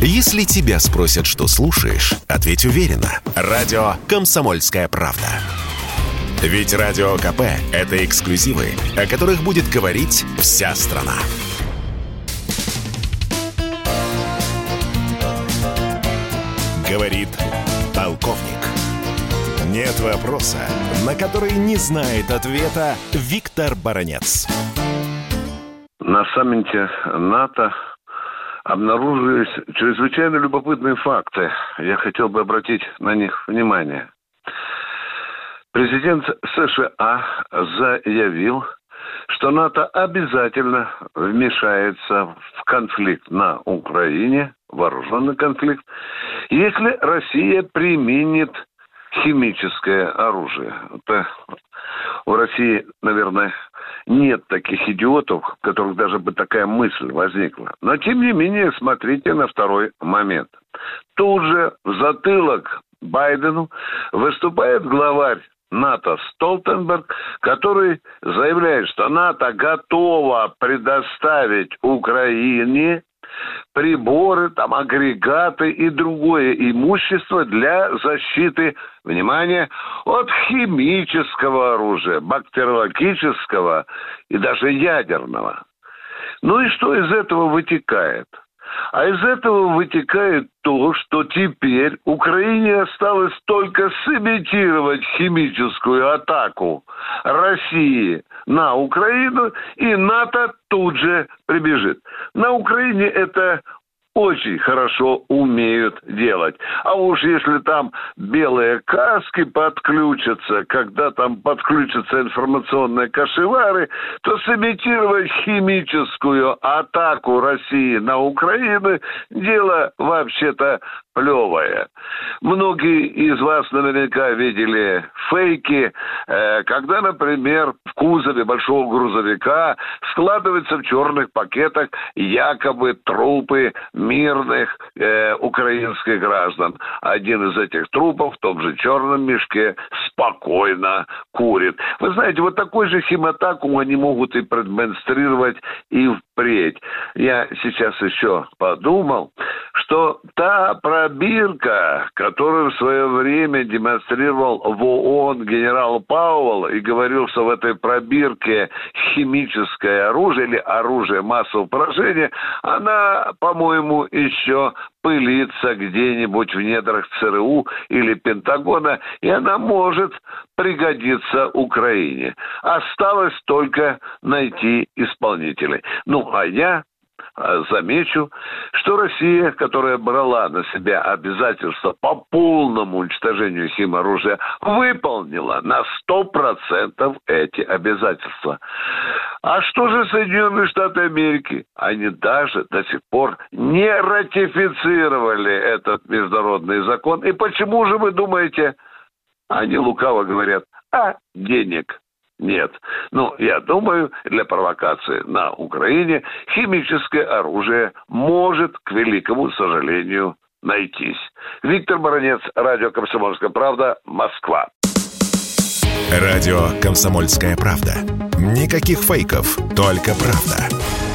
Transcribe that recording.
Если тебя спросят, что слушаешь, ответь уверенно. Радио «Комсомольская правда». Ведь Радио КП – это эксклюзивы, о которых будет говорить вся страна. Говорит полковник. Нет вопроса, на который не знает ответа Виктор Баранец. На саммите НАТО обнаружились чрезвычайно любопытные факты. Я хотел бы обратить на них внимание. Президент США заявил, что НАТО обязательно вмешается в конфликт на Украине, вооруженный конфликт, если Россия применит химическое оружие. Это у России, наверное, нет таких идиотов, у которых даже бы такая мысль возникла. Но, тем не менее, смотрите на второй момент. Тут же в затылок Байдену выступает главарь НАТО Столтенберг, который заявляет, что НАТО готово предоставить Украине приборы, агрегаты и другое имущество для защиты, внимание, от химического оружия, бактериологического и даже ядерного. Ну и что из этого вытекает? А из этого вытекает то, что теперь Украине осталось только сымитировать химическую атаку России на Украину, и НАТО тут же прибежит. На Украине это очень хорошо умеют делать. А уж если там белые каски подключатся, когда там подключатся информационные кошевары, то сымитировать химическую атаку России на Украину дело вообще-то плевое. Многие из вас наверняка видели фейки, когда, например, в кузове большого грузовика складываются в черных пакетах якобы трупы мирных украинских граждан. Один из этих трупов в том же черном мешке спокойно курит. Вы знаете, вот такую же химатаку они могут и продемонстрировать и впредь. Я сейчас еще подумал, что та пробирка, которую в свое время демонстрировал в ООН генерал Пауэлл и говорил, что в этой пробирке химическое оружие или оружие массового поражения, она, по-моему, еще пылится где-нибудь в недрах ЦРУ или Пентагона, и она может пригодиться Украине. Осталось только найти исполнителей. Ну, а я замечу, что Россия, которая брала на себя обязательства по полному уничтожению химоружия, выполнила на 100% эти обязательства. А что же Соединенные Штаты Америки? Они даже до сих пор не ратифицировали этот международный закон. И почему же вы думаете? Они лукаво говорят, денег нет. Ну, я думаю, для провокации на Украине химическое оружие может, к великому сожалению, найтись. Виктор Баранец, радио «Комсомольская правда», Москва. Радио «Комсомольская правда». Никаких фейков, только правда.